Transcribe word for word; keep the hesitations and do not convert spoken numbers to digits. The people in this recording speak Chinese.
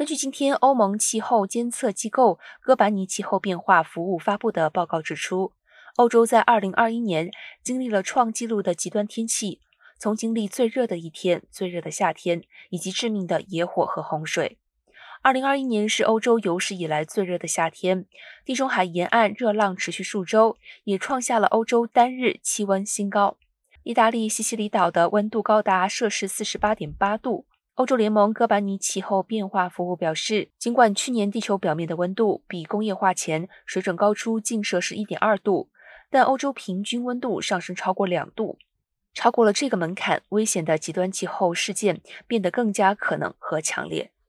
根据今天欧盟气候监测机构哥白尼气候变化服务发布的报告指出，欧洲在二零二一年经历了创纪录的极端天气，从经历最热的一天、最热的夏天，以及致命的野火和洪水。二零二一年是欧洲有史以来最热的夏天，地中海沿岸热浪持续数周，也创下了欧洲单日气温新高。意大利西西里岛的温度高达摄氏 四十八点八度。欧洲联盟哥白尼气候变化服务表示，尽管去年地球表面的温度比工业化前水准高出近摄氏 一点二度，但欧洲平均温度上升超过两度。超过了这个门槛，危险的极端气候事件变得更加可能和强烈。